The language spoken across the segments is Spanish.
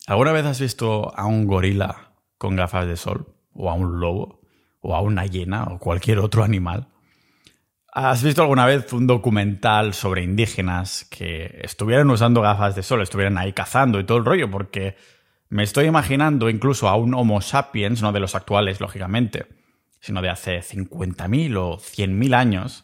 ¿Alguna vez has visto a un gorila con gafas de sol? ¿O a un lobo? ¿O a una hiena? ¿O cualquier otro animal? ¿Has visto alguna vez un documental sobre indígenas que estuvieran usando gafas de sol, estuvieran ahí cazando y todo el rollo? Porque me estoy imaginando incluso a un Homo sapiens, no de los actuales, lógicamente, sino de hace 50.000 o 100.000 años.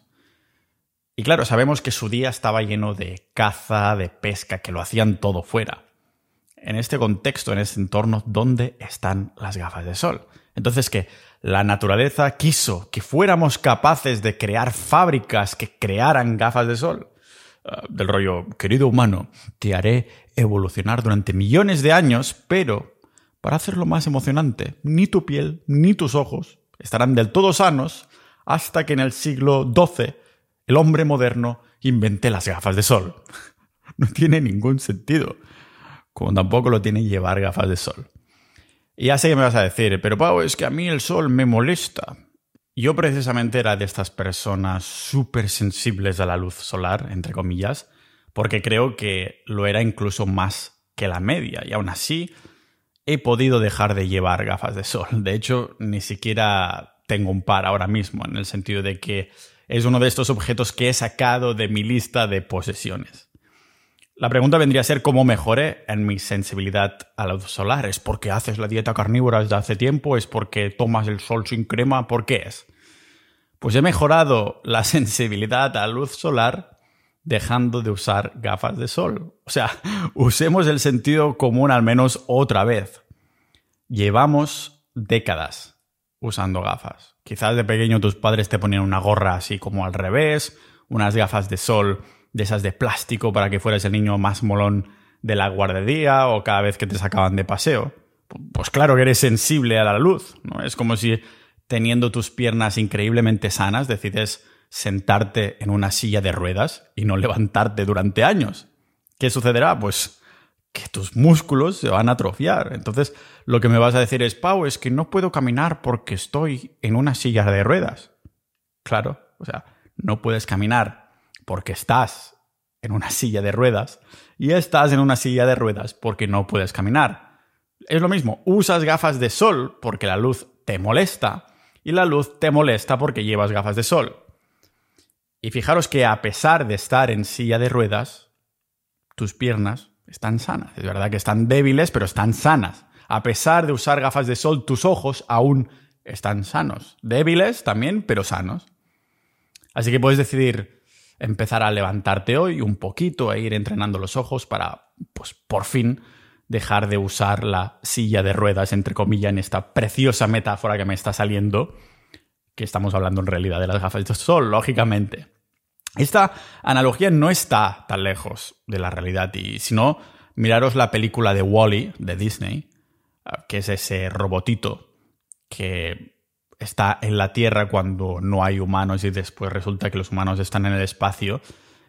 Y claro, sabemos que su día estaba lleno de caza, de pesca, que lo hacían todo fuera. En este contexto, en este entorno, ¿dónde están las gafas de sol? Entonces, ¿qué? La naturaleza quiso que fuéramos capaces de crear fábricas que crearan gafas de sol. Del rollo, querido humano, te haré evolucionar durante millones de años, pero para hacerlo más emocionante, ni tu piel ni tus ojos estarán del todo sanos hasta que en el siglo XII el hombre moderno invente las gafas de sol. No tiene ningún sentido. Como tampoco lo tiene llevar gafas de sol. Y ya sé que me vas a decir, pero Pau, es que a mí el sol me molesta. Yo precisamente era de estas personas súper sensibles a la luz solar, entre comillas, porque creo que lo era incluso más que la media. Y aún así he podido dejar de llevar gafas de sol. De hecho, ni siquiera tengo un par ahora mismo, en el sentido de que es uno de estos objetos que he sacado de mi lista de posesiones. La pregunta vendría a ser cómo mejoré en mi sensibilidad a la luz solar. ¿Es porque haces la dieta carnívora desde hace tiempo? ¿Es porque tomas el sol sin crema? ¿Por qué es? Pues he mejorado la sensibilidad a la luz solar dejando de usar gafas de sol. O sea, usemos el sentido común al menos otra vez. Llevamos décadas usando gafas. Quizás de pequeño tus padres te ponían una gorra así como al revés, unas gafas de sol de esas de plástico para que fueras el niño más molón de la guardería o cada vez que te sacaban de paseo. Pues claro que eres sensible a la luz, ¿no? Es como si teniendo tus piernas increíblemente sanas decides sentarte en una silla de ruedas y no levantarte durante años. ¿Qué sucederá? Pues que tus músculos se van a atrofiar. Entonces lo que me vas a decir es, Pau, es que no puedo caminar porque estoy en una silla de ruedas. Claro, o sea, no puedes caminar porque estás en una silla de ruedas y estás en una silla de ruedas porque no puedes caminar. Es lo mismo, usas gafas de sol porque la luz te molesta y la luz te molesta porque llevas gafas de sol. Y fijaros que a pesar de estar en silla de ruedas, tus piernas están sanas. Es verdad que están débiles, pero están sanas. A pesar de usar gafas de sol, tus ojos aún están sanos. Débiles también, pero sanos. Así que puedes decidir empezar a levantarte hoy un poquito e ir entrenando los ojos para, pues, por fin dejar de usar la silla de ruedas, entre comillas, en esta preciosa metáfora que me está saliendo, que estamos hablando en realidad de las gafas de sol, lógicamente. Esta analogía no está tan lejos de la realidad y, si no, miraros la película de Wall-E, de Disney, que es ese robotito que está en la Tierra cuando no hay humanos y después resulta que los humanos están en el espacio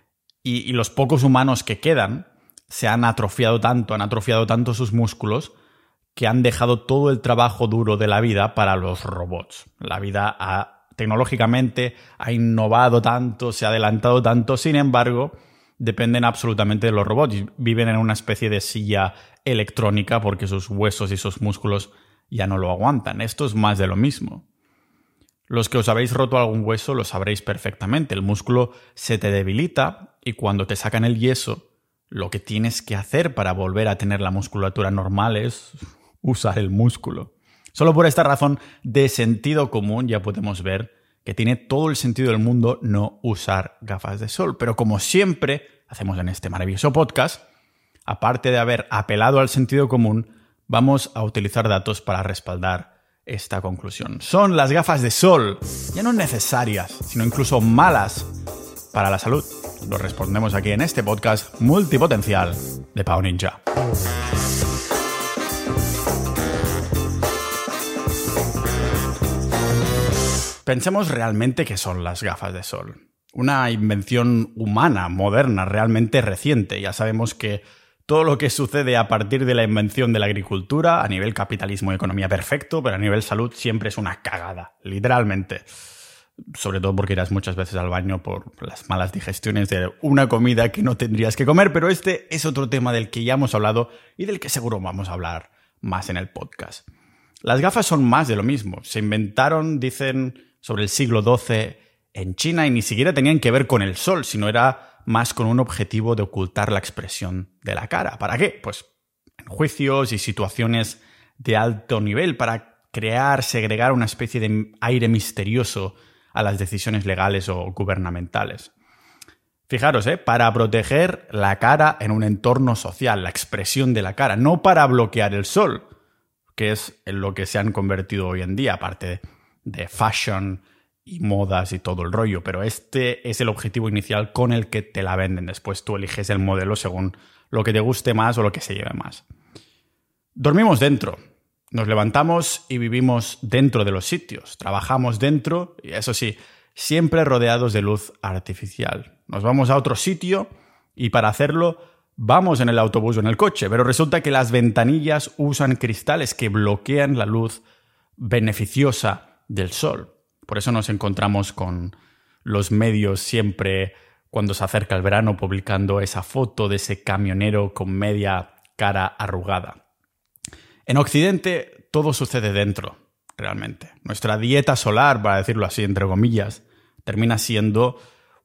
y los pocos humanos que quedan se han atrofiado tanto sus músculos que han dejado todo el trabajo duro de la vida para los robots. La vida tecnológicamente ha innovado tanto, se ha adelantado tanto, sin embargo, dependen absolutamente de los robots y viven en una especie de silla electrónica porque sus huesos y sus músculos ya no lo aguantan. Esto es más de lo mismo. Los que os habéis roto algún hueso lo sabréis perfectamente. El músculo se te debilita y cuando te sacan el yeso, lo que tienes que hacer para volver a tener la musculatura normal es usar el músculo. Solo por esta razón de sentido común ya podemos ver que tiene todo el sentido del mundo no usar gafas de sol. Pero como siempre hacemos en este maravilloso podcast, aparte de haber apelado al sentido común, vamos a utilizar datos para respaldar esta conclusión. Son las gafas de sol ya no necesarias, sino incluso malas para la salud. Lo respondemos aquí en este podcast multipotencial de Pau Ninja. Pensemos realmente qué son las gafas de sol. Una invención humana, moderna, realmente reciente. Ya sabemos que todo lo que sucede a partir de la invención de la agricultura, a nivel capitalismo y economía perfecto, pero a nivel salud siempre es una cagada, literalmente. sobre todo porque irás muchas veces al baño por las malas digestiones de una comida que no tendrías que comer, pero este es otro tema del que ya hemos hablado y del que seguro vamos a hablar más en el podcast. Las gafas son más de lo mismo. Se inventaron, dicen, sobre el siglo XII en China y ni siquiera tenían que ver con el sol, sino era más con un objetivo de ocultar la expresión de la cara. ¿Para qué? Pues en juicios y situaciones de alto nivel, para segregar una especie de aire misterioso a las decisiones legales o gubernamentales. Fijaros, para proteger la cara en un entorno social, la expresión de la cara, no para bloquear el sol, que es en lo que se han convertido hoy en día, aparte de fashion y modas y todo el rollo, pero este es el objetivo inicial con el que te la venden. Después tú eliges el modelo según lo que te guste más o lo que se lleve más. Dormimos dentro. Nos levantamos y vivimos dentro de los sitios, trabajamos dentro y eso sí, siempre rodeados de luz artificial. Nos vamos a otro sitio y para hacerlo vamos en el autobús o en el coche, pero resulta que las ventanillas usan cristales que bloquean la luz beneficiosa del sol. Por eso nos encontramos con los medios siempre cuando se acerca el verano publicando esa foto de ese camionero con media cara arrugada. En Occidente todo sucede dentro, realmente. Nuestra dieta solar, para decirlo así, entre comillas, termina siendo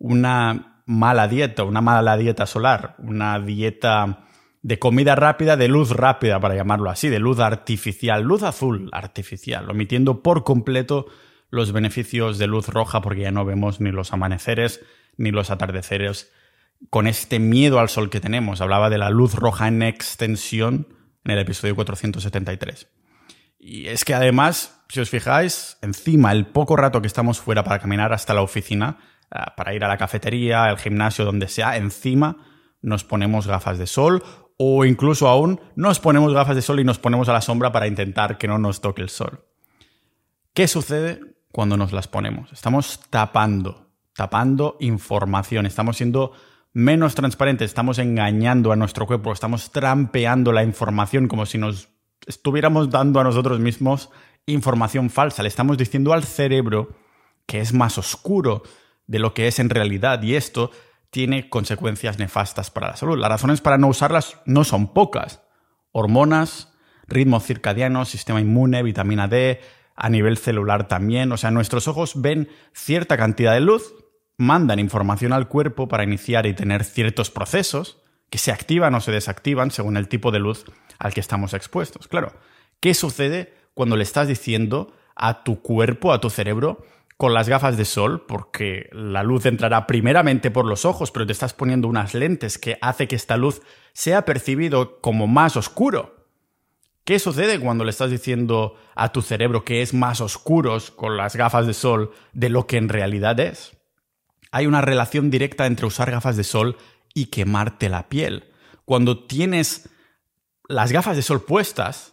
una mala dieta solar, una dieta de comida rápida, de luz rápida, para llamarlo así, de luz artificial, luz azul artificial, omitiendo por completo los beneficios de luz roja porque ya no vemos ni los amaneceres ni los atardeceres con este miedo al sol que tenemos. Hablaba de la luz roja en extensión en el episodio 473. Y es que además, si os fijáis, encima el poco rato que estamos fuera para caminar hasta la oficina, para ir a la cafetería, al gimnasio, donde sea, encima nos ponemos gafas de sol o incluso aún nos ponemos gafas de sol y nos ponemos a la sombra para intentar que no nos toque el sol. ¿Qué sucede cuando nos las ponemos? Estamos tapando información, estamos siendo menos transparentes, estamos engañando a nuestro cuerpo, estamos trampeando la información como si nos estuviéramos dando a nosotros mismos información falsa. Le estamos diciendo al cerebro que es más oscuro de lo que es en realidad y esto tiene consecuencias nefastas para la salud. Las razones para no usarlas no son pocas. Hormonas, ritmo circadiano, sistema inmune, vitamina D, a nivel celular también. O sea, nuestros ojos ven cierta cantidad de luz, mandan información al cuerpo para iniciar y tener ciertos procesos que se activan o se desactivan según el tipo de luz al que estamos expuestos. Claro, ¿qué sucede cuando le estás diciendo a tu cuerpo, a tu cerebro, con las gafas de sol, porque la luz entrará primeramente por los ojos, pero te estás poniendo unas lentes que hace que esta luz sea percibido como más oscuro? ¿Qué sucede cuando le estás diciendo a tu cerebro que es más oscuro con las gafas de sol de lo que en realidad es? Hay una relación directa entre usar gafas de sol y quemarte la piel. Cuando tienes las gafas de sol puestas,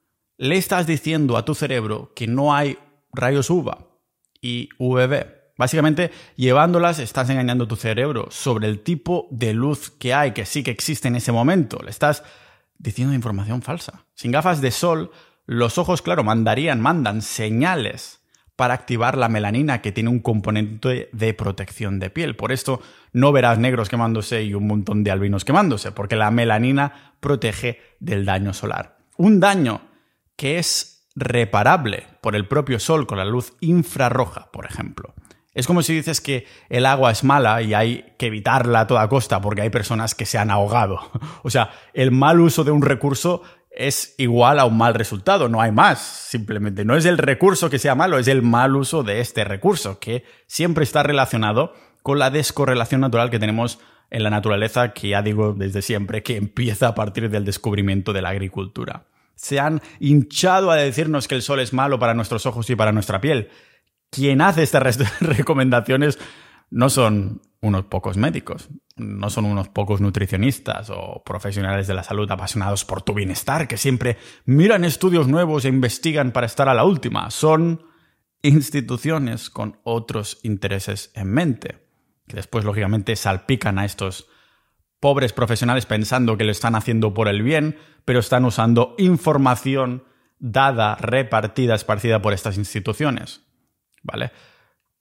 le estás diciendo a tu cerebro que no hay rayos UVA y UVB. Básicamente, llevándolas, estás engañando a tu cerebro sobre el tipo de luz que hay, que sí que existe en ese momento. Le estás diciendo información falsa. Sin gafas de sol, los ojos, claro, mandan señales para activar la melanina, que tiene un componente de protección de piel. Por esto no verás negros quemándose y un montón de albinos quemándose, porque la melanina protege del daño solar. Un daño que es reparable por el propio sol con la luz infrarroja, por ejemplo. Es como si dices que el agua es mala y hay que evitarla a toda costa porque hay personas que se han ahogado. O sea, el mal uso de un recurso es igual a un mal resultado, no hay más. Simplemente no es el recurso que sea malo, es el mal uso de este recurso, que siempre está relacionado con la descorrelación natural que tenemos en la naturaleza, que ya digo desde siempre que empieza a partir del descubrimiento de la agricultura. Se han hinchado a decirnos que el sol es malo para nuestros ojos y para nuestra piel. Quien hace estas recomendaciones no son unos pocos médicos, no son unos pocos nutricionistas o profesionales de la salud apasionados por tu bienestar, que siempre miran estudios nuevos e investigan para estar a la última. Son instituciones con otros intereses en mente, que después, lógicamente, salpican a estos pobres profesionales pensando que lo están haciendo por el bien, pero están usando información dada, repartida, esparcida por estas instituciones, ¿vale?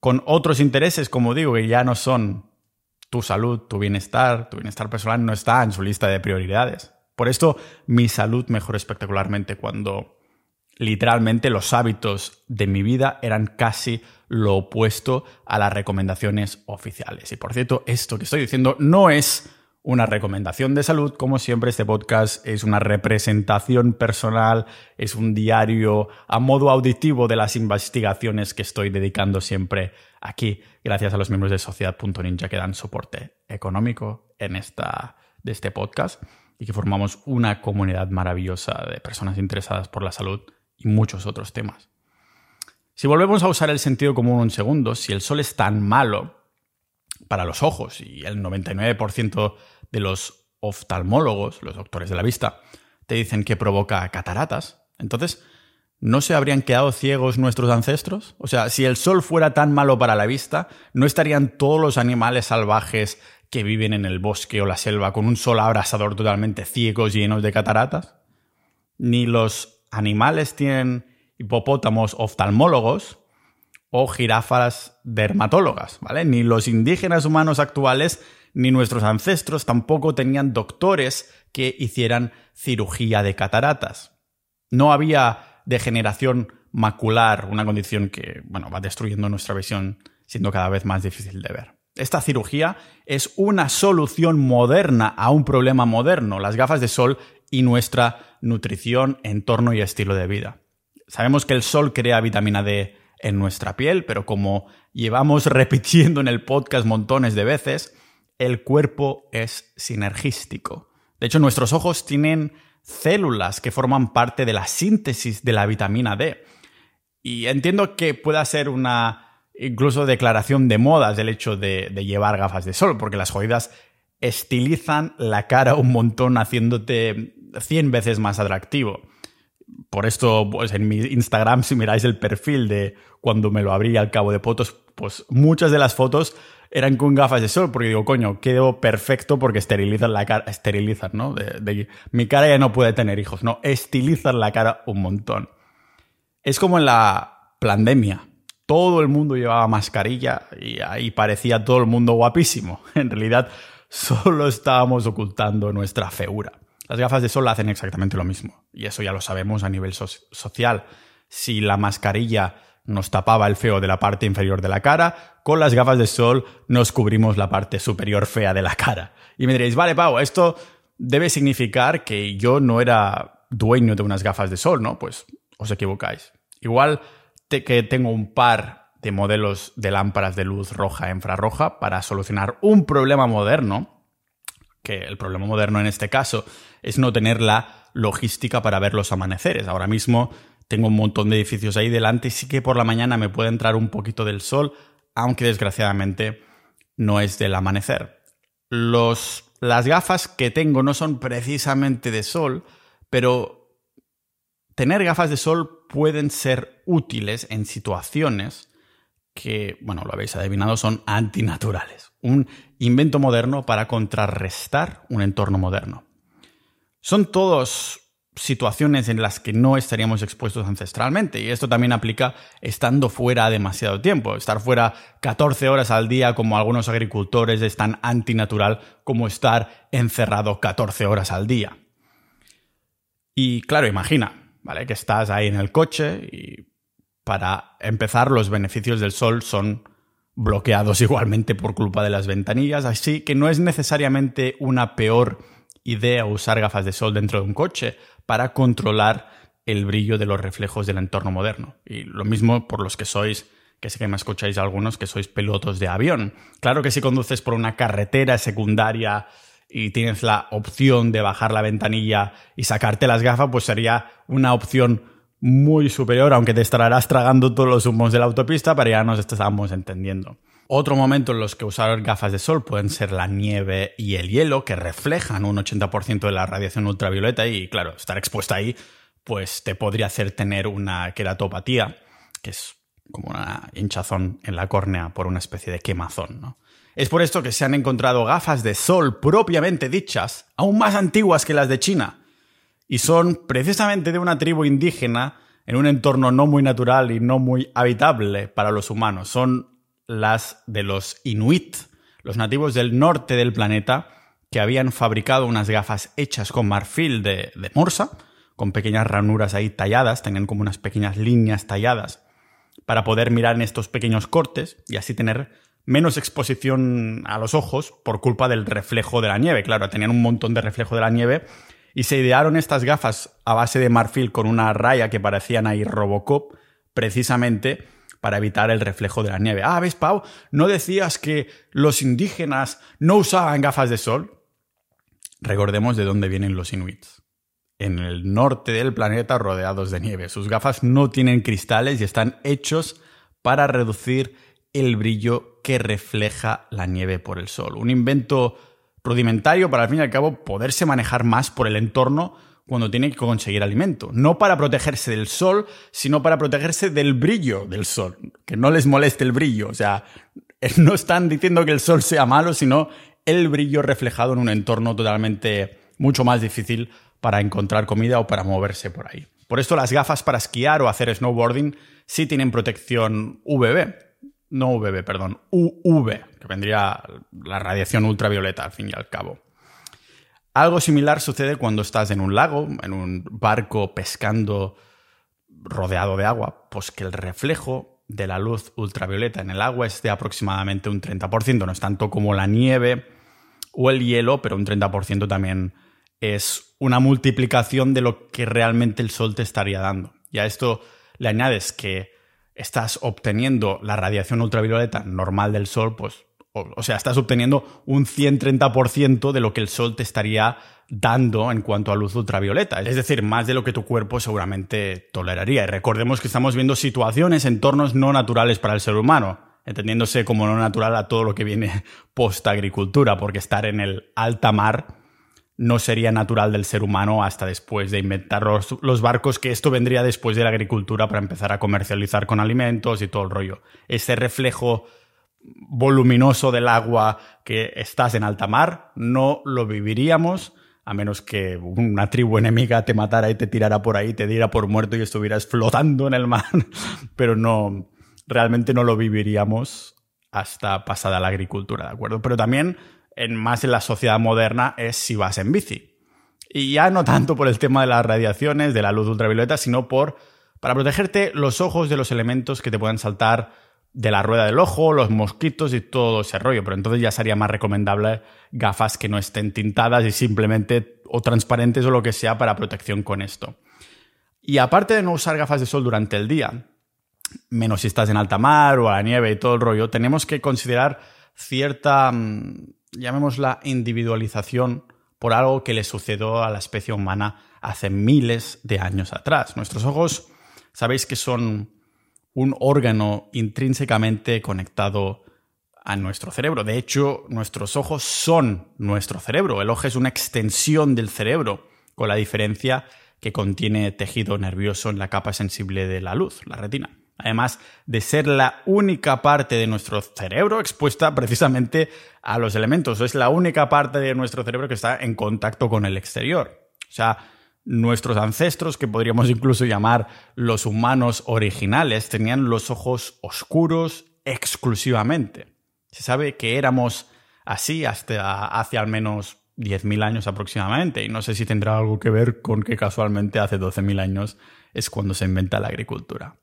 con otros intereses, como digo, que ya no son tu salud, tu bienestar personal no está en su lista de prioridades. Por esto, mi salud mejoró espectacularmente cuando literalmente los hábitos de mi vida eran casi lo opuesto a las recomendaciones oficiales. Y por cierto, esto que estoy diciendo no es una recomendación de salud. Como siempre, este podcast es una representación personal, es un diario a modo auditivo de las investigaciones que estoy dedicando siempre aquí, gracias a los miembros de Sociedad.ninja que dan soporte económico de este podcast y que formamos una comunidad maravillosa de personas interesadas por la salud y muchos otros temas. Si volvemos a usar el sentido común un segundo, si el sol es tan malo para los ojos y el 99% de los oftalmólogos, los doctores de la vista, te dicen que provoca cataratas, entonces, ¿no se habrían quedado ciegos nuestros ancestros? O sea, si el sol fuera tan malo para la vista, ¿no estarían todos los animales salvajes que viven en el bosque o la selva con un sol abrasador totalmente ciegos llenos de cataratas? Ni los animales tienen hipopótamos oftalmólogos o jirafas dermatólogas, ¿vale? Ni los indígenas humanos actuales ni nuestros ancestros tampoco tenían doctores que hicieran cirugía de cataratas. No había degeneración macular, una condición que, va destruyendo nuestra visión, siendo cada vez más difícil de ver. Esta cirugía es una solución moderna a un problema moderno, las gafas de sol y nuestra nutrición, entorno y estilo de vida. Sabemos que el sol crea vitamina D en nuestra piel, pero como llevamos repitiendo en el podcast montones de veces, el cuerpo es sinergístico. De hecho, nuestros ojos tienen células que forman parte de la síntesis de la vitamina D. Y entiendo que pueda ser una incluso declaración de modas el hecho de llevar gafas de sol, porque las jodidas estilizan la cara un montón haciéndote 100 veces más atractivo. Por esto, pues en mi Instagram, si miráis el perfil de cuando me lo abrí al cabo de fotos, pues muchas de las fotos eran con gafas de sol, porque digo, coño, quedo perfecto porque esterilizan la cara, ¿no? Mi cara ya no puede tener hijos, no, estilizan la cara un montón. Es como en la pandemia. Todo el mundo llevaba mascarilla y ahí parecía todo el mundo guapísimo. En realidad, solo estábamos ocultando nuestra feura. Las gafas de sol hacen exactamente lo mismo. Y eso ya lo sabemos a nivel social. Si la mascarilla nos tapaba el feo de la parte inferior de la cara, con las gafas de sol nos cubrimos la parte superior fea de la cara. Y me diréis, vale, Pau, esto debe significar que yo no era dueño de unas gafas de sol, ¿no? Pues os equivocáis. Igual que tengo un par de modelos de lámparas de luz roja e infrarroja para solucionar un problema moderno, que el problema moderno en este caso es no tener la logística para ver los amaneceres. Ahora mismo tengo un montón de edificios ahí delante y sí que por la mañana me puede entrar un poquito del sol, aunque desgraciadamente no es del amanecer. Las gafas que tengo no son precisamente de sol, pero tener gafas de sol pueden ser útiles en situaciones que, lo habéis adivinado, son antinaturales. Un invento moderno para contrarrestar un entorno moderno. Son todos situaciones en las que no estaríamos expuestos ancestralmente, y esto también aplica estando fuera demasiado tiempo. Estar fuera 14 horas al día, como algunos agricultores, es tan antinatural como estar encerrado 14 horas al día. Y claro, imagina, ¿vale?, que estás ahí en el coche y para empezar los beneficios del sol son bloqueados igualmente por culpa de las ventanillas, así que no es necesariamente una peor idea usar gafas de sol dentro de un coche para controlar el brillo de los reflejos del entorno moderno. Y lo mismo por los que sois, que sé que me escucháis algunos, que sois pilotos de avión. Claro que si conduces por una carretera secundaria y tienes la opción de bajar la ventanilla y sacarte las gafas, pues sería una opción muy superior, aunque te estarás tragando todos los humos de la autopista, pero ya nos estamos entendiendo. Otro momento en los que usar gafas de sol pueden ser la nieve y el hielo, que reflejan un 80% de la radiación ultravioleta y, claro, estar expuesta ahí pues te podría hacer tener una queratopatía, que es como una hinchazón en la córnea por una especie de quemazón, ¿no? Es por esto que se han encontrado gafas de sol propiamente dichas, aún más antiguas que las de China, y son precisamente de una tribu indígena en un entorno no muy natural y no muy habitable para los humanos. Son las de los Inuit, los nativos del norte del planeta, que habían fabricado unas gafas hechas con marfil de morsa, con pequeñas ranuras ahí talladas, tenían como unas pequeñas líneas talladas para poder mirar en estos pequeños cortes y así tener menos exposición a los ojos por culpa del reflejo de la nieve. Claro, tenían un montón de reflejo de la nieve y se idearon estas gafas a base de marfil con una raya que parecían ahí Robocop, precisamente para evitar el reflejo de la nieve. Ah, ¿ves, Pau? ¿No decías que los indígenas no usaban gafas de sol? Recordemos de dónde vienen los inuits. En el norte del planeta rodeados de nieve. Sus gafas no tienen cristales y están hechos para reducir el brillo que refleja la nieve por el sol. Un invento rudimentario para, al fin y al cabo, poderse manejar más por el entorno cuando tiene que conseguir alimento. No para protegerse del sol, sino para protegerse del brillo del sol. Que no les moleste el brillo. O sea, no están diciendo que el sol sea malo, sino el brillo reflejado en un entorno totalmente mucho más difícil para encontrar comida o para moverse por ahí. Por esto las gafas para esquiar o hacer snowboarding sí tienen protección UV, que vendría la radiación ultravioleta al fin y al cabo. Algo similar sucede cuando estás en un lago, en un barco pescando rodeado de agua, pues que el reflejo de la luz ultravioleta en el agua es de aproximadamente un 30%. No es tanto como la nieve o el hielo, pero un 30% también es una multiplicación de lo que realmente el sol te estaría dando. Y a esto le añades que estás obteniendo la radiación ultravioleta normal del sol, pues, o sea, estás obteniendo un 130% de lo que el sol te estaría dando en cuanto a luz ultravioleta. Es decir, más de lo que tu cuerpo seguramente toleraría. Y recordemos que estamos viendo situaciones, entornos no naturales para el ser humano, entendiéndose como no natural a todo lo que viene post-agricultura, porque estar en el alta mar no sería natural del ser humano hasta después de inventar los barcos, que esto vendría después de la agricultura para empezar a comercializar con alimentos y todo el rollo. Ese reflejo voluminoso del agua que estás en alta mar no lo viviríamos a menos que una tribu enemiga te matara y te tirara por ahí, te diera por muerto y estuvieras flotando en el mar, pero no, realmente no lo viviríamos hasta pasada la agricultura, ¿de acuerdo? Pero también más en la sociedad moderna es si vas en bici. Y ya no tanto por el tema de las radiaciones, de la luz ultravioleta, sino para protegerte los ojos de los elementos que te puedan saltar de la rueda del ojo, los mosquitos y todo ese rollo. Pero entonces ya sería más recomendable gafas que no estén tintadas y simplemente o transparentes o lo que sea para protección con esto. Y aparte de no usar gafas de sol durante el día, menos si estás en alta mar o a la nieve y todo el rollo, tenemos que considerar cierta, llamémosla, individualización por algo que le sucedió a la especie humana hace miles de años atrás. Nuestros ojos, sabéis que son un órgano intrínsecamente conectado a nuestro cerebro. De hecho, nuestros ojos son nuestro cerebro. El ojo es una extensión del cerebro, con la diferencia que contiene tejido nervioso en la capa sensible de la luz, la retina. Además de ser la única parte de nuestro cerebro expuesta precisamente a los elementos. Es la única parte de nuestro cerebro que está en contacto con el exterior. O sea, nuestros ancestros, que podríamos incluso llamar los humanos originales, tenían los ojos oscuros exclusivamente. Se sabe que éramos así hasta hace al menos 10.000 años aproximadamente, y no sé si tendrá algo que ver con que casualmente hace 12.000 años es cuando se inventa la agricultura.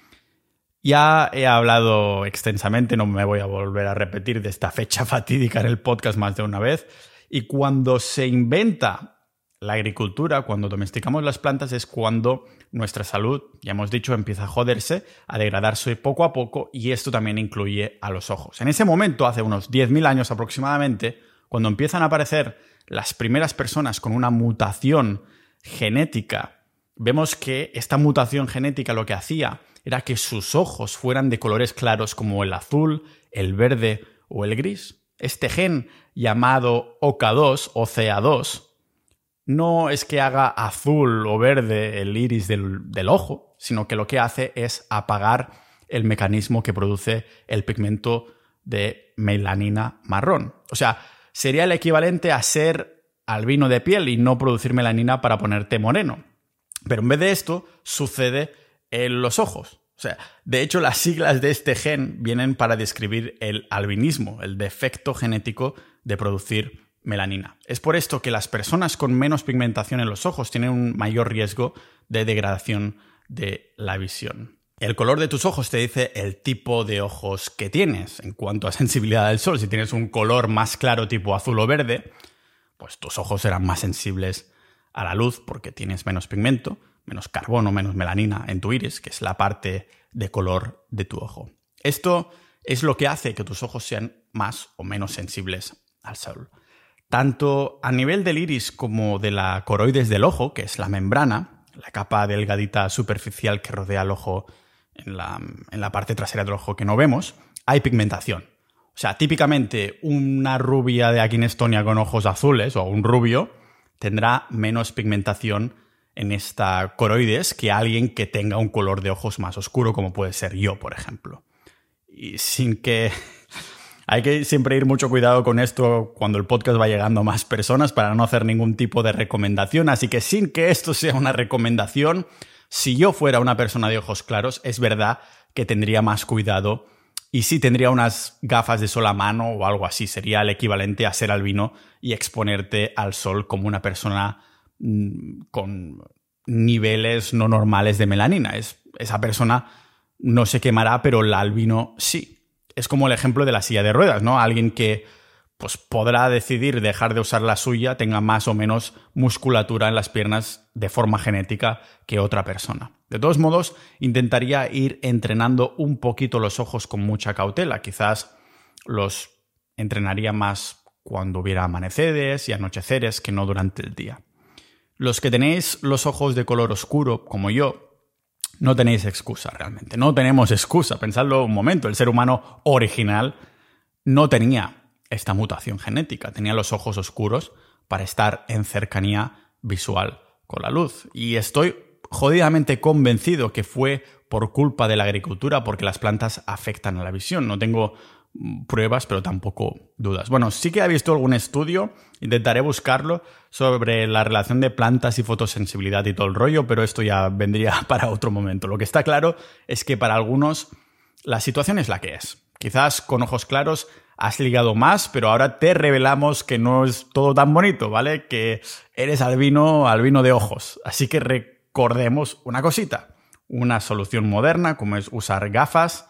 Ya he hablado extensamente, no me voy a volver a repetir de esta fecha fatídica en el podcast más de una vez, y cuando se inventa la agricultura, cuando domesticamos las plantas, es cuando nuestra salud, ya hemos dicho, empieza a joderse, a degradarse poco a poco, y esto también incluye a los ojos. En ese momento, hace unos 10.000 años aproximadamente, cuando empiezan a aparecer las primeras personas con una mutación genética, vemos que esta mutación genética lo que hacía era que sus ojos fueran de colores claros como el azul, el verde o el gris. Este gen llamado OCA2 o CA2 no es que haga azul o verde el iris del ojo, sino que lo que hace es apagar el mecanismo que produce el pigmento de melanina marrón. O sea, sería el equivalente a ser albino de piel y no producir melanina para ponerte moreno. Pero en vez de esto, sucede en los ojos. O sea, de hecho, las siglas de este gen vienen para describir el albinismo, el defecto genético de producir melanina. Es por esto que las personas con menos pigmentación en los ojos tienen un mayor riesgo de degradación de la visión. El color de tus ojos te dice el tipo de ojos que tienes en cuanto a sensibilidad del sol. Si tienes un color más claro tipo azul o verde, pues tus ojos serán más sensibles a la luz porque tienes menos pigmento, menos carbono, menos melanina en tu iris, que es la parte de color de tu ojo. Esto es lo que hace que tus ojos sean más o menos sensibles al sol. Tanto a nivel del iris como de la coroides del ojo, que es la membrana, la capa delgadita superficial que rodea el ojo en la parte trasera del ojo que no vemos, hay pigmentación. O sea, típicamente una rubia de aquí en Estonia con ojos azules o un rubio tendrá menos pigmentación en esta coroides que alguien que tenga un color de ojos más oscuro, como puede ser yo, por ejemplo. Y sin que... Hay que siempre ir mucho cuidado con esto cuando el podcast va llegando a más personas para no hacer ningún tipo de recomendación. Así que sin que esto sea una recomendación, si yo fuera una persona de ojos claros, es verdad que tendría más cuidado y sí tendría unas gafas de sol a mano o algo así. Sería el equivalente a ser albino y exponerte al sol como una persona con niveles no normales de melanina. Esa persona no se quemará, pero el albino sí. Es como el ejemplo de la silla de ruedas, ¿no? Alguien que pues, podrá decidir dejar de usar la suya, tenga más o menos musculatura en las piernas de forma genética que otra persona. De todos modos, intentaría ir entrenando un poquito los ojos con mucha cautela. Quizás los entrenaría más cuando hubiera amaneceres y anocheceres que no durante el día. Los que tenéis los ojos de color oscuro, como yo, no tenéis excusa realmente. No tenemos excusa. Pensadlo un momento. El ser humano original no tenía esta mutación genética. Tenía los ojos oscuros para estar en cercanía visual con la luz. Y estoy jodidamente convencido que fue por culpa de la agricultura, porque las plantas afectan a la visión. No tengo pruebas, pero tampoco dudas. Bueno, sí que he visto algún estudio, intentaré buscarlo, sobre la relación de plantas y fotosensibilidad y todo el rollo, pero esto ya vendría para otro momento. Lo que está claro es que para algunos la situación es la que es. Quizás con ojos claros has ligado más, pero ahora te revelamos que no es todo tan bonito, ¿vale? Que eres albino de ojos. Así que recordemos una cosita. Una solución moderna, como es usar gafas,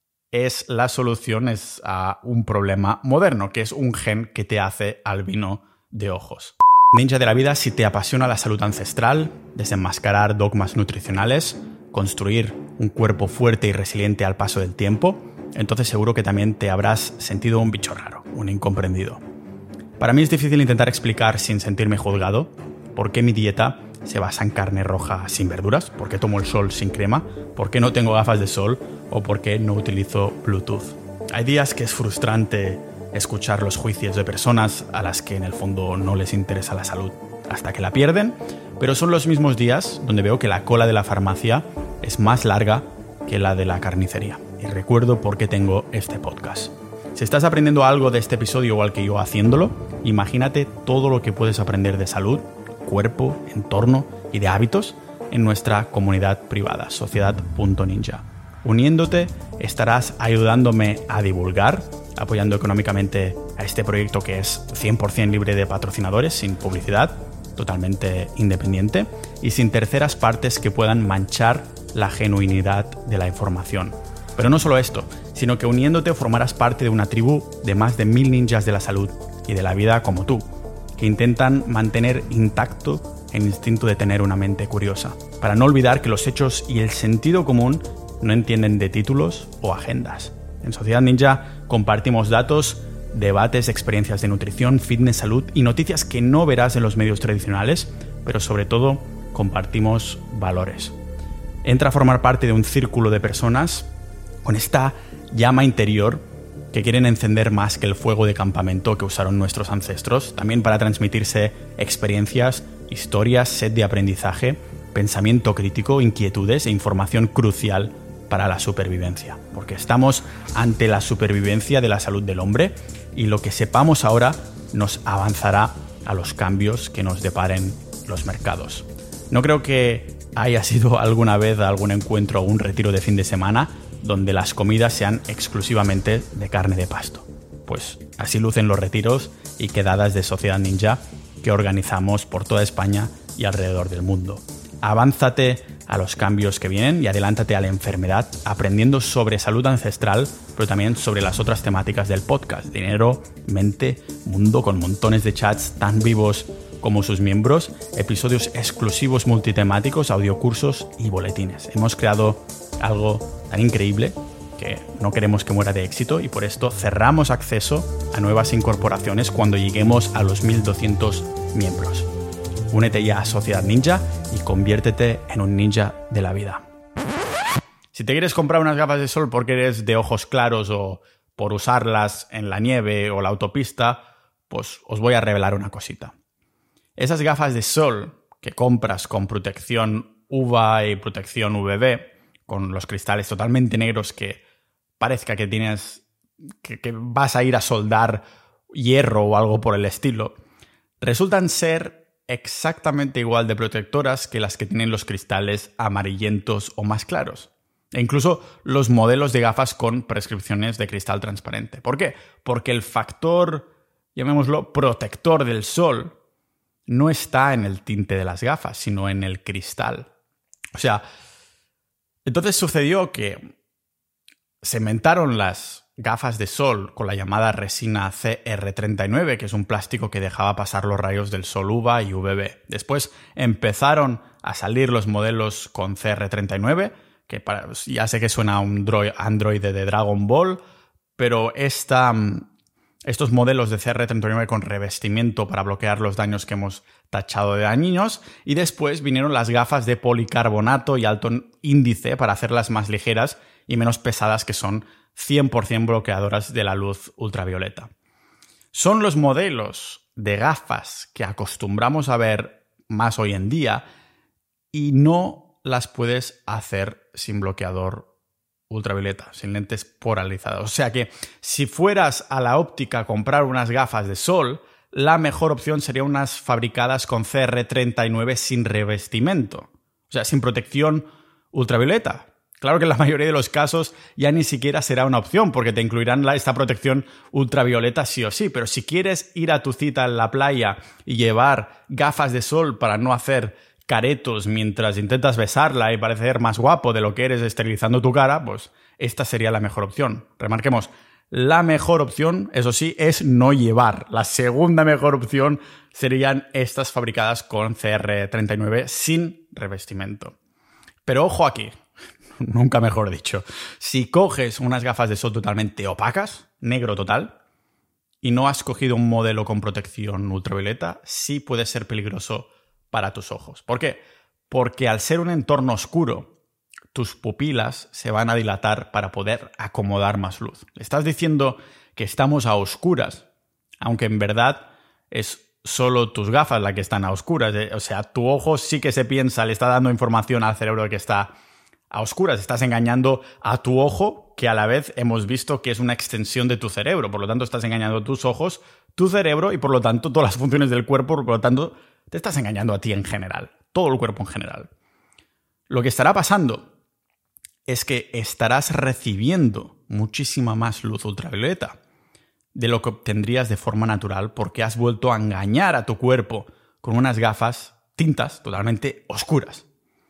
es la solución a un problema moderno, que es un gen que te hace albino de ojos. Ninja de la vida, si te apasiona la salud ancestral, desenmascarar dogmas nutricionales, construir un cuerpo fuerte y resiliente al paso del tiempo, entonces seguro que también te habrás sentido un bicho raro, un incomprendido. Para mí es difícil intentar explicar sin sentirme juzgado por qué mi dieta se basa en carne roja sin verduras, por qué tomo el sol sin crema, por qué no tengo gafas de sol o por qué no utilizo Bluetooth. Hay días que es frustrante escuchar los juicios de personas a las que en el fondo no les interesa la salud hasta que la pierden, pero son los mismos días donde veo que la cola de la farmacia es más larga que la de la carnicería. Y recuerdo por qué tengo este podcast. Si estás aprendiendo algo de este episodio igual que yo haciéndolo, imagínate todo lo que puedes aprender de salud, cuerpo, entorno y de hábitos en nuestra comunidad privada, sociedad.ninja. Uniéndote, estarás ayudándome a divulgar, apoyando económicamente a este proyecto que es 100% libre de patrocinadores, sin publicidad, totalmente independiente y sin terceras partes que puedan manchar la genuinidad de la información. Pero no solo esto, sino que uniéndote formarás parte de una tribu de más de 1000 ninjas de la salud y de la vida como tú, que intentan mantener intacto el instinto de tener una mente curiosa, para no olvidar que los hechos y el sentido común no entienden de títulos o agendas. En Sociedad Ninja compartimos datos, debates, experiencias de nutrición, fitness, salud y noticias que no verás en los medios tradicionales, pero sobre todo compartimos valores. Entra a formar parte de un círculo de personas con esta llama interior que quieren encender más que el fuego de campamento que usaron nuestros ancestros, también para transmitirse experiencias, historias, sed de aprendizaje, pensamiento crítico, inquietudes e información crucial para la supervivencia. Porque estamos ante la supervivencia de la salud del hombre y lo que sepamos ahora nos avanzará a los cambios que nos deparen los mercados. No creo que hayas ido alguna vez a algún encuentro o un retiro de fin de semana donde las comidas sean exclusivamente de carne de pasto. Pues así lucen los retiros y quedadas de Sociedad Ninja que organizamos por toda España y alrededor del mundo. Avánzate a los cambios que vienen y adelántate a la enfermedad aprendiendo sobre salud ancestral, pero también sobre las otras temáticas del podcast: dinero, mente, mundo, con montones de chats tan vivos como sus miembros, episodios exclusivos multitemáticos, audiocursos y boletines. Hemos creado algo tan increíble que no queremos que muera de éxito y por esto cerramos acceso a nuevas incorporaciones cuando lleguemos a los 1200 miembros. Únete ya a Sociedad Ninja y conviértete en un ninja de la vida. Si te quieres comprar unas gafas de sol porque eres de ojos claros o por usarlas en la nieve o la autopista, pues os voy a revelar una cosita. Esas gafas de sol que compras con protección UVA y protección UVB, con los cristales totalmente negros que parezca que tienes que vas a ir a soldar hierro o algo por el estilo, resultan ser exactamente igual de protectoras que las que tienen los cristales amarillentos o más claros. E incluso los modelos de gafas con prescripciones de cristal transparente. ¿Por qué? Porque el factor, llamémoslo, protector del sol, no está en el tinte de las gafas, sino en el cristal. O sea, entonces sucedió que se inventaron las gafas de sol con la llamada resina CR39, que es un plástico que dejaba pasar los rayos del sol UVA y UVB. Después empezaron a salir los modelos con CR39, que ya sé que suena a un androide de Dragon Ball, pero estos modelos de CR39 con revestimiento para bloquear los daños que hemos tachado de dañinos, y después vinieron las gafas de policarbonato y alto índice para hacerlas más ligeras y menos pesadas, que son 100% bloqueadoras de la luz ultravioleta. Son los modelos de gafas que acostumbramos a ver más hoy en día y no las puedes hacer sin bloqueador ultravioleta, sin lentes polarizadas. O sea que si fueras a la óptica a comprar unas gafas de sol, la mejor opción sería unas fabricadas con CR39 sin revestimiento, o sea, sin protección ultravioleta. Claro que en la mayoría de los casos ya ni siquiera será una opción porque te incluirán esta protección ultravioleta sí o sí, pero si quieres ir a tu cita en la playa y llevar gafas de sol para no hacer caretos mientras intentas besarla y parecer más guapo de lo que eres esterilizando tu cara, pues esta sería la mejor opción. Remarquemos, la mejor opción, eso sí, es no llevar. La segunda mejor opción serían estas fabricadas con CR39 sin revestimiento. Pero ojo aquí, nunca mejor dicho, si coges unas gafas de sol totalmente opacas, negro total, y no has cogido un modelo con protección ultravioleta, sí puede ser peligroso para tus ojos. ¿Por qué? Porque al ser un entorno oscuro, tus pupilas se van a dilatar para poder acomodar más luz. Estás diciendo que estamos a oscuras, aunque en verdad es solo tus gafas las que están a oscuras. O sea, tu ojo sí que se piensa, le está dando información al cerebro de que está a oscuras. Estás engañando a tu ojo, que a la vez hemos visto que es una extensión de tu cerebro. Por lo tanto, estás engañando a tus ojos, tu cerebro y por lo tanto todas las funciones del cuerpo. Por lo tanto, te estás engañando a ti en general, todo el cuerpo en general. Lo que estará pasando es que estarás recibiendo muchísima más luz ultravioleta de lo que obtendrías de forma natural porque has vuelto a engañar a tu cuerpo con unas gafas tintas totalmente oscuras.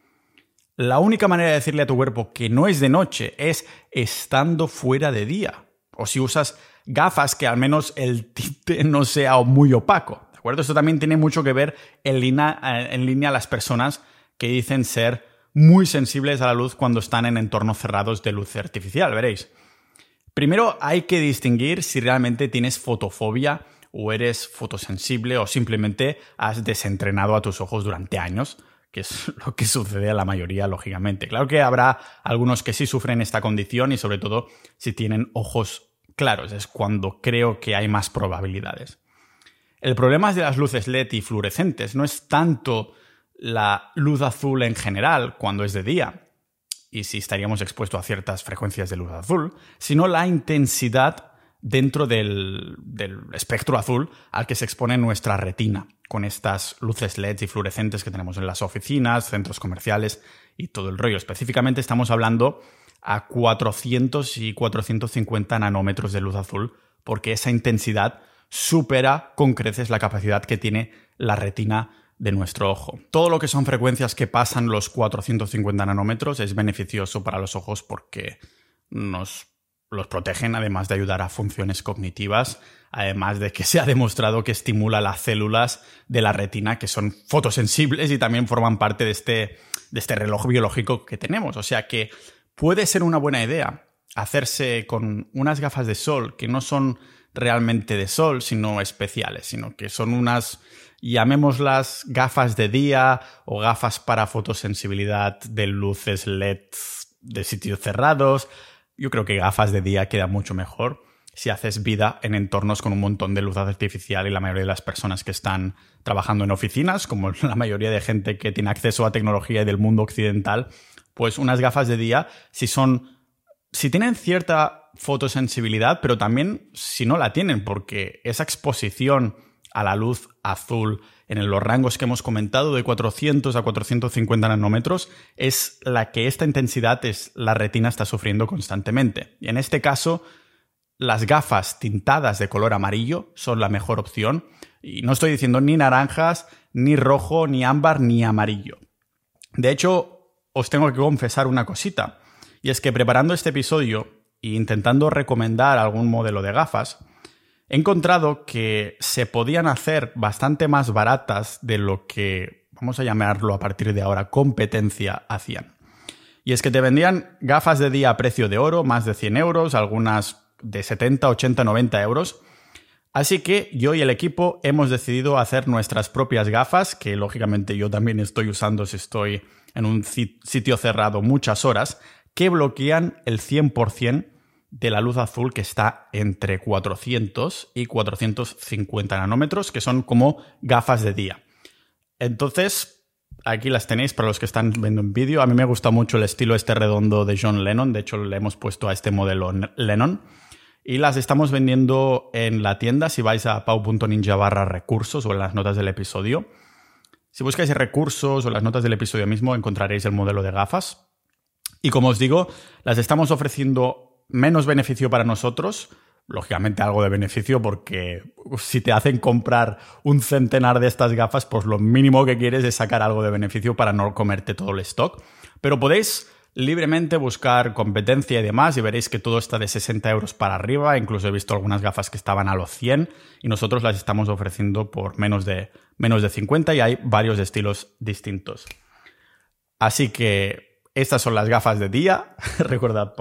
La única manera de decirle a tu cuerpo que no es de noche es estando fuera de día. O si usas gafas que al menos el tinte no sea muy opaco. ¿De acuerdo? Esto también tiene mucho que ver en línea a las personas que dicen ser muy sensibles a la luz cuando están en entornos cerrados de luz artificial. Veréis. Primero hay que distinguir si realmente tienes fotofobia o eres fotosensible o simplemente has desentrenado a tus ojos durante años, que es lo que sucede a la mayoría, lógicamente. Claro que habrá algunos que sí sufren esta condición y sobre todo si tienen ojos claros. Es cuando creo que hay más probabilidades. El problema de las luces LED y fluorescentes no es tanto la luz azul en general cuando es de día, y si estaríamos expuestos a ciertas frecuencias de luz azul, sino la intensidad dentro del espectro azul al que se expone nuestra retina, con estas luces LEDs y fluorescentes que tenemos en las oficinas, centros comerciales y todo el rollo. Específicamente estamos hablando a 400 y 450 nanómetros de luz azul, porque esa intensidad supera con creces la capacidad que tiene la retina de nuestro ojo. Todo lo que son frecuencias que pasan los 450 nanómetros es beneficioso para los ojos porque nos los protegen, además de ayudar a funciones cognitivas, además de que se ha demostrado que estimula las células de la retina que son fotosensibles y también forman parte de este reloj biológico que tenemos. O sea que puede ser una buena idea hacerse con unas gafas de sol que no son realmente de sol, sino especiales, sino que son unas, llamémoslas gafas de día o gafas para fotosensibilidad de luces LED de sitios cerrados. Yo creo que gafas de día queda mucho mejor si haces vida en entornos con un montón de luz artificial y la mayoría de las personas que están trabajando en oficinas, como la mayoría de gente que tiene acceso a tecnología del mundo occidental, pues unas gafas de día si tienen cierta fotosensibilidad, pero también si no la tienen, porque esa exposición a la luz azul en los rangos que hemos comentado de 400 a 450 nanómetros es la que esta intensidad la retina está sufriendo constantemente. Y en este caso, las gafas tintadas de color amarillo son la mejor opción. Y no estoy diciendo ni naranjas, ni rojo, ni ámbar, ni amarillo. De hecho, os tengo que confesar una cosita. Y es que preparando este episodio e intentando recomendar algún modelo de gafas, he encontrado que se podían hacer bastante más baratas de lo que, vamos a llamarlo a partir de ahora, competencia hacían. Y es que te vendían gafas de día a precio de oro, más de 100 euros, algunas de 70, 80, 90 euros. Así que yo y el equipo hemos decidido hacer nuestras propias gafas, que lógicamente yo también estoy usando si estoy en un sitio cerrado muchas horas, que bloquean el 100% de la luz azul que está entre 400 y 450 nanómetros, que son como gafas de día. Entonces, aquí las tenéis para los que están viendo en vídeo. A mí me gusta mucho el estilo redondo de John Lennon. De hecho, le hemos puesto a este modelo Lennon. Y las estamos vendiendo en la tienda si vais a pau.ninja/recursos o en las notas del episodio. Si buscáis recursos o en las notas del episodio mismo encontraréis el modelo de gafas. Y como os digo, las estamos ofreciendo menos beneficio para nosotros, lógicamente algo de beneficio porque si te hacen comprar un centenar de estas gafas, pues lo mínimo que quieres es sacar algo de beneficio para no comerte todo el stock. Pero podéis libremente buscar competencia y demás y veréis que todo está de 60 euros para arriba. Incluso he visto algunas gafas que estaban a los 100 y nosotros las estamos ofreciendo por menos de 50 y hay varios estilos distintos. Así que estas son las gafas de día. Recordad,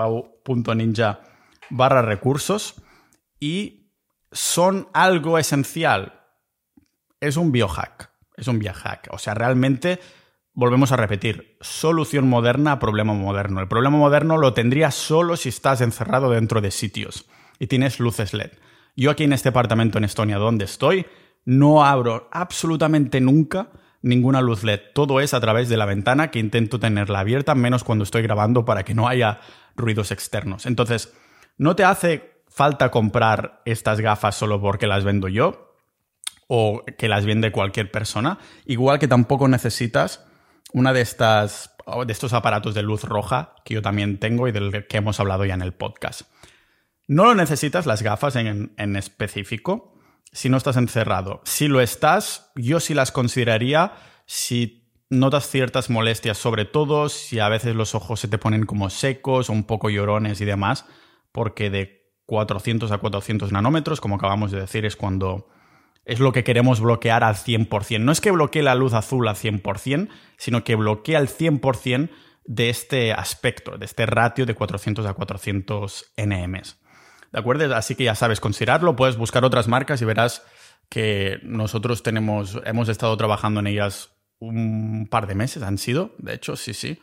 pau.ninja/recursos. Y son algo esencial. Es un biohack. O sea, realmente, volvemos a repetir, solución moderna a problema moderno. El problema moderno lo tendrías solo si estás encerrado dentro de sitios y tienes luces LED. Yo aquí en este apartamento en Estonia donde estoy, no abro absolutamente nunca ninguna luz LED. Todo es a través de la ventana que intento tenerla abierta, menos cuando estoy grabando para que no haya ruidos externos. Entonces, no te hace falta comprar estas gafas solo porque las vendo yo o que las vende cualquier persona. Igual que tampoco necesitas una de estos aparatos de luz roja que yo también tengo y del que hemos hablado ya en el podcast. No lo necesitas las gafas en específico si no estás encerrado. Si lo estás, yo sí las consideraría si notas ciertas molestias, sobre todo si a veces los ojos se te ponen como secos o un poco llorones y demás, porque de 400 a 400 nanómetros, como acabamos de decir, es cuando es lo que queremos bloquear al 100%. No es que bloquee la luz azul al 100%, sino que bloquea el 100% de este aspecto, de este ratio de 400 a 400 nms. ¿De acuerdo? Así que ya sabes considerarlo, puedes buscar otras marcas y verás que nosotros hemos estado trabajando en ellas un par de meses, han sido, de hecho, sí.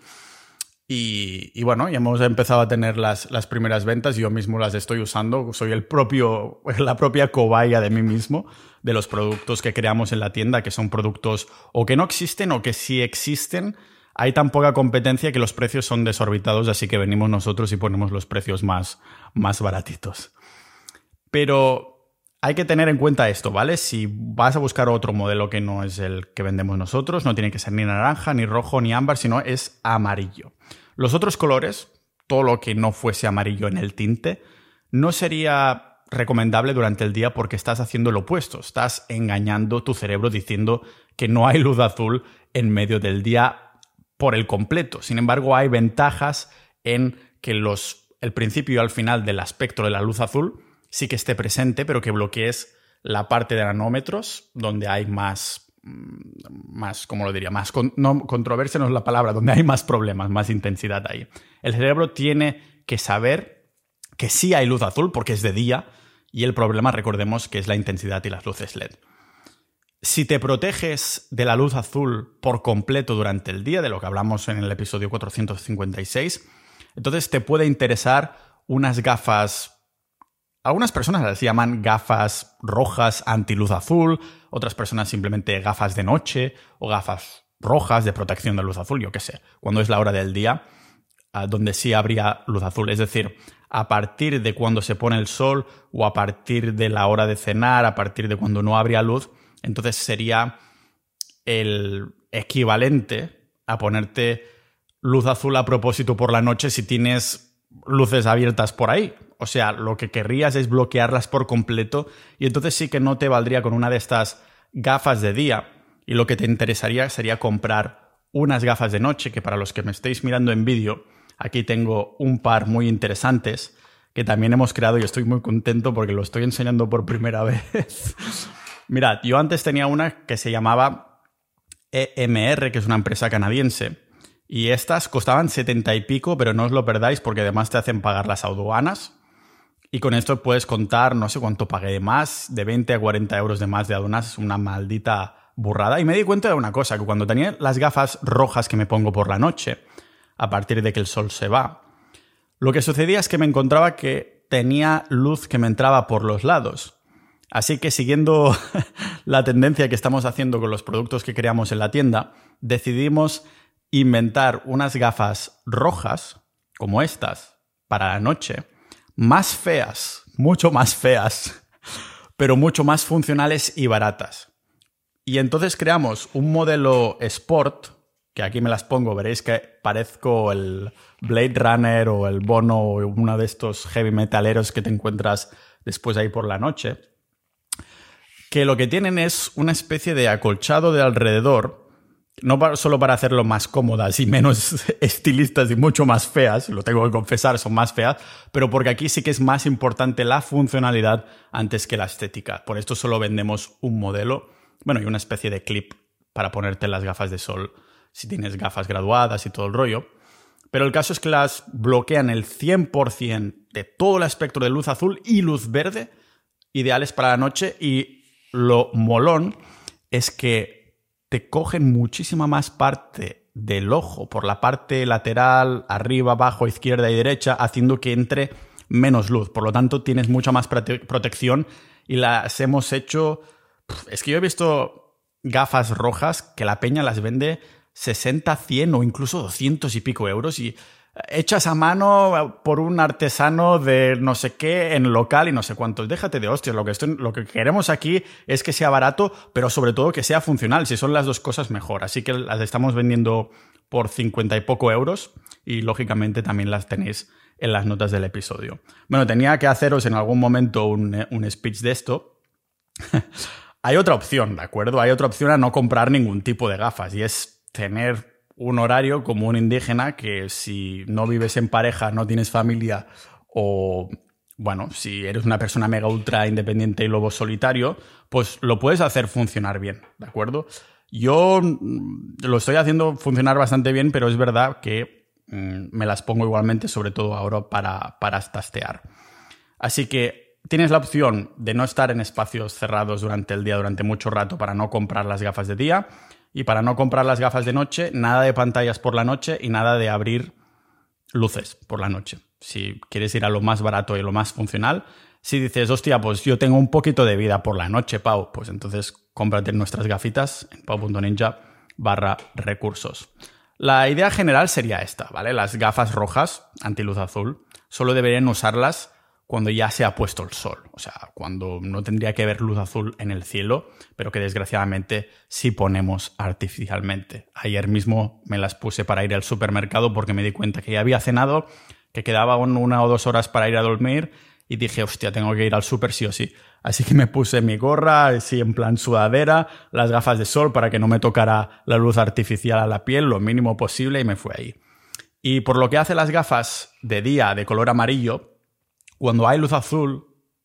Y bueno, ya hemos empezado a tener las primeras ventas, yo mismo las estoy usando, soy la propia cobaya de mí mismo, de los productos que creamos en la tienda, que son productos o que no existen o que si existen, hay tan poca competencia que los precios son desorbitados, así que venimos nosotros y ponemos los precios más baratitos. Pero hay que tener en cuenta esto, ¿vale? Si vas a buscar otro modelo que no es el que vendemos nosotros, no tiene que ser ni naranja, ni rojo, ni ámbar, sino es amarillo. Los otros colores, todo lo que no fuese amarillo en el tinte, no sería recomendable durante el día porque estás haciendo lo opuesto. Estás engañando tu cerebro diciendo que no hay luz azul en medio del día por el completo. Sin embargo, hay ventajas en que el principio y el final del espectro de la luz azul sí que esté presente, pero que bloquees la parte de nanómetros donde hay más ¿cómo lo diría? No, controversia no es la palabra, donde hay más problemas, más intensidad ahí. El cerebro tiene que saber que sí hay luz azul porque es de día y el problema, recordemos, que es la intensidad y las luces LED. Si te proteges de la luz azul por completo durante el día, de lo que hablamos en el episodio 456, entonces te puede interesar unas gafas. Algunas personas las llaman gafas rojas anti-luz azul, otras personas simplemente gafas de noche o gafas rojas de protección de luz azul, yo qué sé, cuando es la hora del día donde sí habría luz azul. Es decir, a partir de cuando se pone el sol o a partir de la hora de cenar, a partir de cuando no habría luz, entonces sería el equivalente a ponerte luz azul a propósito por la noche si tienes luces abiertas por ahí. O sea, lo que querrías es bloquearlas por completo y entonces sí que no te valdría con una de estas gafas de día y lo que te interesaría sería comprar unas gafas de noche, que para los que me estéis mirando en vídeo, aquí tengo un par muy interesantes que también hemos creado y estoy muy contento porque lo estoy enseñando por primera vez. Mirad, yo antes tenía una que se llamaba EMR, que es una empresa canadiense, y estas costaban 70 y pico, pero no os lo perdáis porque además te hacen pagar las aduanas. Y con esto puedes contar, no sé cuánto pagué de más, de 20 a 40 euros de más de aduanas, es una maldita burrada. Y me di cuenta de una cosa, que cuando tenía las gafas rojas que me pongo por la noche, a partir de que el sol se va, lo que sucedía es que me encontraba que tenía luz que me entraba por los lados. Así que siguiendo la tendencia que estamos haciendo con los productos que creamos en la tienda, decidimos inventar unas gafas rojas, como estas, para la noche, más feas, mucho más feas, pero mucho más funcionales y baratas. Y entonces creamos un modelo Sport, que aquí me las pongo, veréis que parezco el Blade Runner o el Bono o uno de estos heavy metaleros que te encuentras después ahí por la noche, que lo que tienen es una especie de acolchado de alrededor, no solo para hacerlo más cómodas y menos estilistas y mucho más feas, lo tengo que confesar, son más feas, pero porque aquí sí que es más importante la funcionalidad antes que la estética. Por esto solo vendemos un modelo, bueno, y una especie de clip para ponerte las gafas de sol si tienes gafas graduadas y todo el rollo. Pero el caso es que las bloquean el 100% de todo el espectro de luz azul y luz verde, ideales para la noche, y lo molón es que te cogen muchísima más parte del ojo por la parte lateral, arriba, abajo, izquierda y derecha, haciendo que entre menos luz. Por lo tanto, tienes mucha más protección y las hemos hecho. Es que yo he visto gafas rojas que la peña las vende 60, 100 o incluso 200 y pico euros y hechas a mano por un artesano de no sé qué en local y no sé cuántos. Déjate de hostias, lo que queremos aquí es que sea barato, pero sobre todo que sea funcional. Si son las dos cosas, mejor. Así que las estamos vendiendo por 50 y poco euros y lógicamente también las tenéis en las notas del episodio. Bueno, tenía que haceros en algún momento un speech de esto. Hay otra opción, ¿de acuerdo? Hay otra opción a no comprar ningún tipo de gafas y es tener un horario como un indígena que si no vives en pareja, no tienes familia o, bueno, si eres una persona mega ultra independiente y lobo solitario, pues lo puedes hacer funcionar bien, ¿de acuerdo? Yo lo estoy haciendo funcionar bastante bien, pero es verdad que me las pongo igualmente, sobre todo ahora para tastear. Así que tienes la opción de no estar en espacios cerrados durante el día, durante mucho rato, para no comprar las gafas de día. Y para no comprar las gafas de noche, nada de pantallas por la noche y nada de abrir luces por la noche. Si quieres ir a lo más barato y lo más funcional, si dices, hostia, pues yo tengo un poquito de vida por la noche, Pau, pues entonces cómprate nuestras gafitas en pau.ninja/recursos. La idea general sería esta, ¿vale? Las gafas rojas antiluz azul solo deberían usarlas cuando ya se ha puesto el sol, o sea, cuando no tendría que haber luz azul en el cielo, pero que desgraciadamente sí ponemos artificialmente. Ayer mismo me las puse para ir al supermercado porque me di cuenta que ya había cenado, que quedaban 1 o 2 horas para ir a dormir y dije, hostia, tengo que ir al súper sí o sí. Así que me puse mi gorra, así en plan sudadera, las gafas de sol para que no me tocara la luz artificial a la piel lo mínimo posible y me fui ahí. Y por lo que hace las gafas de día de color amarillo, cuando hay luz azul,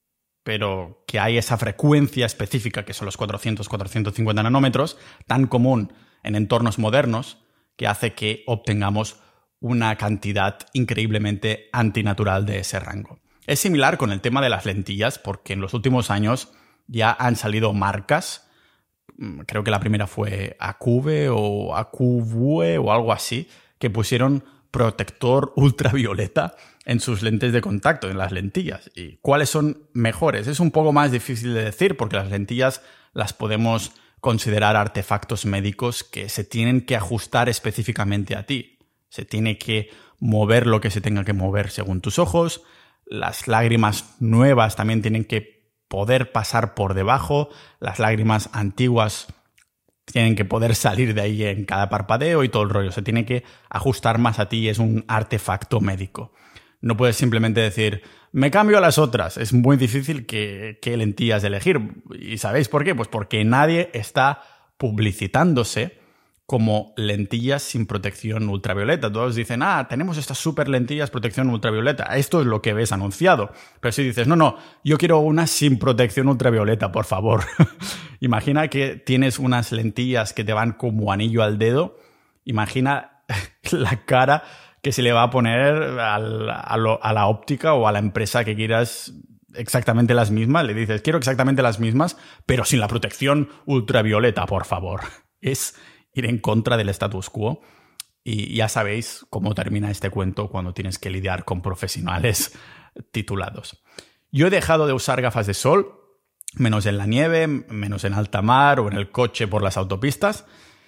pero que hay esa frecuencia específica, que son los 400-450 nanómetros, tan común en entornos modernos, que hace que obtengamos una cantidad increíblemente antinatural de ese rango. Es similar con el tema de las lentillas, porque en los últimos años ya han salido marcas, creo que la primera fue Acuvue o Acuvue o algo así, que pusieron protector ultravioleta en sus lentes de contacto, en las lentillas. ¿Y cuáles son mejores? Es un poco más difícil de decir porque las lentillas las podemos considerar artefactos médicos que se tienen que ajustar específicamente a ti. Se tiene que mover lo que se tenga que mover según tus ojos. Las lágrimas nuevas también tienen que poder pasar por debajo. Las lágrimas antiguas tienen que poder salir de ahí en cada parpadeo y todo el rollo. Se tiene que ajustar más a ti, es un artefacto médico. No puedes simplemente decir, me cambio a las otras. Es muy difícil qué lentillas elegir. ¿Y sabéis por qué? Pues porque nadie está publicitándose como lentillas sin protección ultravioleta. Todos dicen, tenemos estas super lentillas protección ultravioleta. Esto es lo que ves anunciado. Pero si dices, no, yo quiero una sin protección ultravioleta, por favor. Imagina que tienes unas lentillas que te van como anillo al dedo. Imagina la cara que se le va a poner a la óptica o a la empresa que quieras exactamente las mismas. Le dices, quiero exactamente las mismas, pero sin la protección ultravioleta, por favor. Es ir en contra del status quo. Y ya sabéis cómo termina este cuento cuando tienes que lidiar con profesionales titulados. Yo he dejado de usar gafas de sol, menos en la nieve, menos en alta mar o en el coche por las autopistas,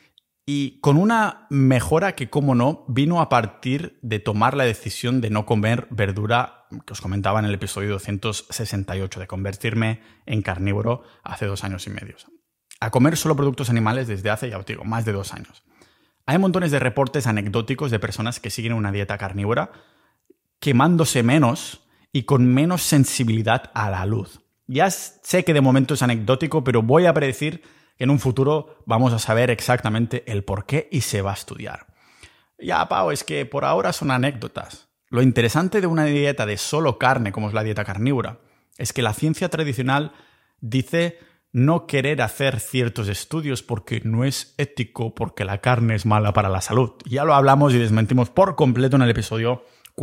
y con una mejora que, como no, vino a partir de tomar la decisión de no comer verdura, que os comentaba en el episodio 268, de convertirme en carnívoro hace 2 años y medio. A comer solo productos animales desde hace, ya os digo, más de 2 años. Hay montones de reportes anecdóticos de personas que siguen una dieta carnívora quemándose menos y con menos sensibilidad a la luz. Ya sé que de momento es anecdótico, pero voy a predecir que en un futuro vamos a saber exactamente el por qué y se va a estudiar. Ya, Pau, es que por ahora son anécdotas. Lo interesante de una dieta de solo carne, como es la dieta carnívora, es que la ciencia tradicional dice no querer hacer ciertos estudios porque no es ético, porque la carne es mala para la salud. Ya lo hablamos y desmentimos por completo en el episodio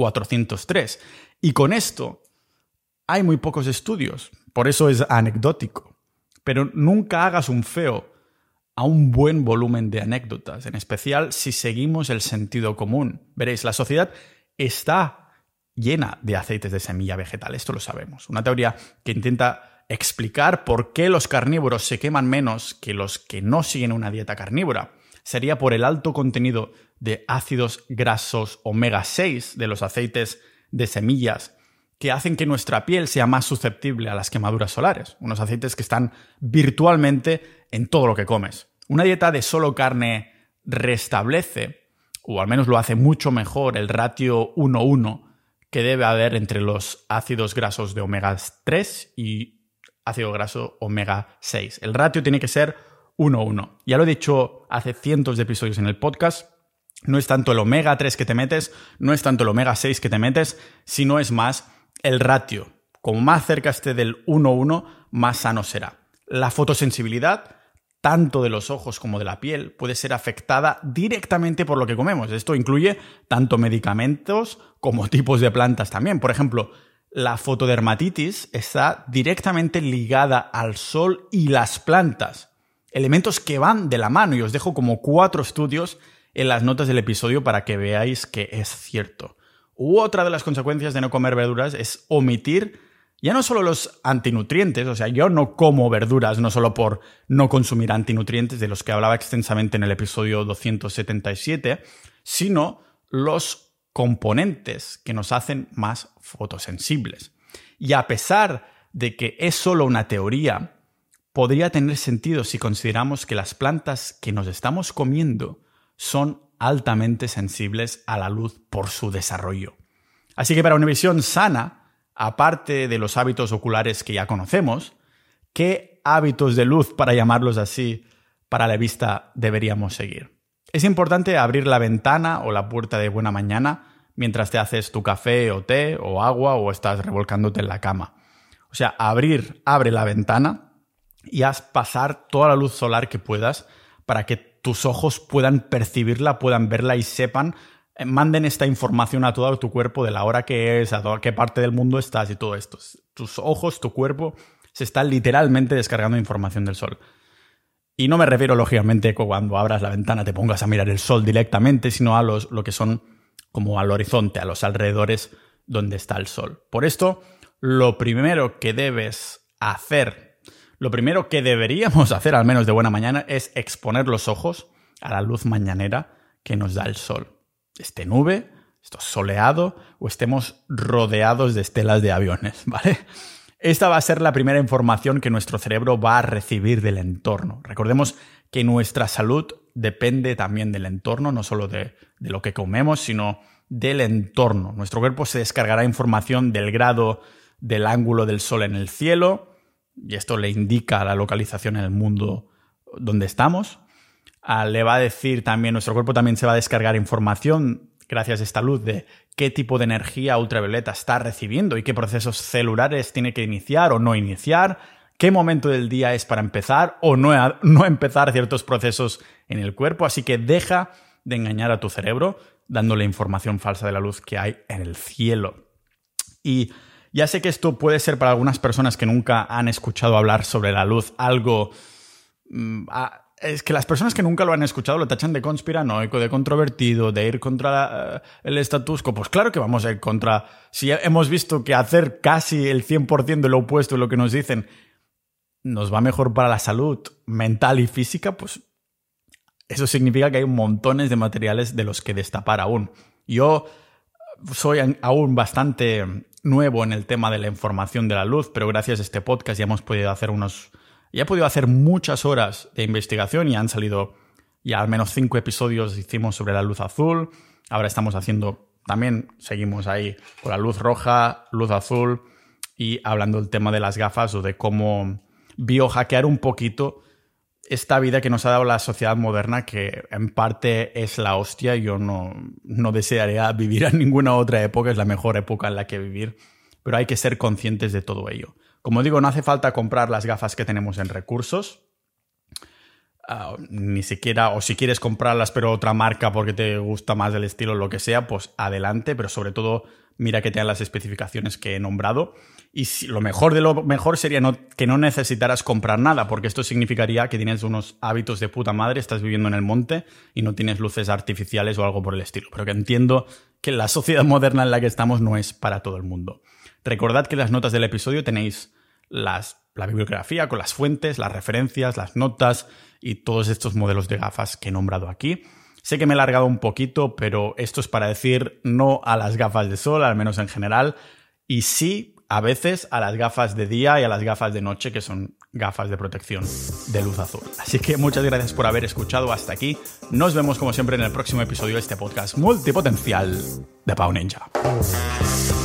403. Y con esto hay muy pocos estudios, por eso es anecdótico. Pero nunca hagas un feo a un buen volumen de anécdotas, en especial si seguimos el sentido común. Veréis, la sociedad está llena de aceites de semilla vegetal, esto lo sabemos. Una teoría que intenta explicar por qué los carnívoros se queman menos que los que no siguen una dieta carnívora sería por el alto contenido de ácidos grasos omega 6 de los aceites de semillas que hacen que nuestra piel sea más susceptible a las quemaduras solares. Unos aceites que están virtualmente en todo lo que comes. Una dieta de solo carne restablece, o al menos lo hace mucho mejor, el ratio 1:1 que debe haber entre los ácidos grasos de omega 3 y ácido graso omega 6. El ratio tiene que ser 1:1. Ya lo he dicho hace cientos de episodios en el podcast. No es tanto el omega 3 que te metes, no es tanto el omega 6 que te metes, sino es más el ratio. Como más cerca esté del 1:1, más sano será. La fotosensibilidad, tanto de los ojos como de la piel, puede ser afectada directamente por lo que comemos. Esto incluye tanto medicamentos como tipos de plantas también. Por ejemplo, la fotodermatitis está directamente ligada al sol y las plantas. Elementos que van de la mano, y os dejo como 4 estudios en las notas del episodio para que veáis que es cierto. Otra de las consecuencias de no comer verduras es omitir ya no solo los antinutrientes, o sea, yo no como verduras no solo por no consumir antinutrientes, de los que hablaba extensamente en el episodio 277, sino los componentes que nos hacen más fotosensibles. Y a pesar de que es solo una teoría, podría tener sentido si consideramos que las plantas que nos estamos comiendo son altamente sensibles a la luz por su desarrollo. Así que para una visión sana, aparte de los hábitos oculares que ya conocemos, ¿qué hábitos de luz, para llamarlos así, para la vista deberíamos seguir? Es importante abrir la ventana o la puerta de buena mañana mientras te haces tu café o té o agua o estás revolcándote en la cama. O sea, abre la ventana y haz pasar toda la luz solar que puedas para que tus ojos puedan percibirla, puedan verla y sepan, manden esta información a todo tu cuerpo de la hora que es, a toda qué parte del mundo estás y todo esto. Tus ojos, tu cuerpo, se están literalmente descargando información del sol. Y no me refiero, lógicamente, que cuando abras la ventana te pongas a mirar el sol directamente, sino a lo que son como al horizonte, a los alrededores donde está el sol. Por esto, lo primero que debes hacer, lo primero que deberíamos hacer, al menos de buena mañana, es exponer los ojos a la luz mañanera que nos da el sol. Esté nube, esté soleado o estemos rodeados de estelas de aviones, ¿vale? Esta va a ser la primera información que nuestro cerebro va a recibir del entorno. Recordemos que nuestra salud depende también del entorno, no solo de lo que comemos, sino del entorno. Nuestro cuerpo se descargará información del grado del ángulo del sol en el cielo, y esto le indica la localización en el mundo donde estamos. Le va a decir también, nuestro cuerpo también se va a descargar información gracias a esta luz de qué tipo de energía ultravioleta está recibiendo y qué procesos celulares tiene que iniciar o no iniciar, qué momento del día es para empezar o no empezar ciertos procesos en el cuerpo. Así que deja de engañar a tu cerebro dándole información falsa de la luz que hay en el cielo. Y ya sé que esto puede ser para algunas personas que nunca han escuchado hablar sobre la luz algo... Es que las personas que nunca lo han escuchado lo tachan de conspiranoico, de controvertido, de ir contra el status quo. Pues claro que vamos a ir contra... Si hemos visto que hacer casi el 100% de lo opuesto de lo que nos dicen nos va mejor para la salud mental y física, pues eso significa que hay montones de materiales de los que destapar aún. Yo soy aún bastante nuevo en el tema de la información de la luz, pero gracias a este podcast ya hemos podido hacer Ya he podido hacer muchas horas de investigación y han salido ya al menos 5 episodios hicimos sobre la luz azul. Ahora estamos seguimos ahí con la luz roja, luz azul y hablando del tema de las gafas o de cómo biohackear un poquito esta vida que nos ha dado la sociedad moderna, que en parte es la hostia. Yo no desearía vivir en ninguna otra época, es la mejor época en la que vivir, pero hay que ser conscientes de todo ello. Como digo, no hace falta comprar las gafas que tenemos en recursos, ni siquiera, o si quieres comprarlas pero otra marca porque te gusta más el estilo, lo que sea, pues adelante, pero sobre todo mira que tengan las especificaciones que he nombrado. Y lo mejor de lo mejor sería que no necesitaras comprar nada, porque esto significaría que tienes unos hábitos de puta madre, estás viviendo en el monte y no tienes luces artificiales o algo por el estilo. Pero que entiendo que la sociedad moderna en la que estamos no es para todo el mundo. Recordad que en las notas del episodio tenéis la bibliografía con las fuentes, las referencias, las notas y todos estos modelos de gafas que he nombrado aquí. Sé que me he alargado un poquito, pero esto es para decir no a las gafas de sol, al menos en general, y sí, a veces, a las gafas de día y a las gafas de noche, que son gafas de protección de luz azul. Así que muchas gracias por haber escuchado hasta aquí. Nos vemos como siempre en el próximo episodio de este podcast multipotencial de Pau Ninja.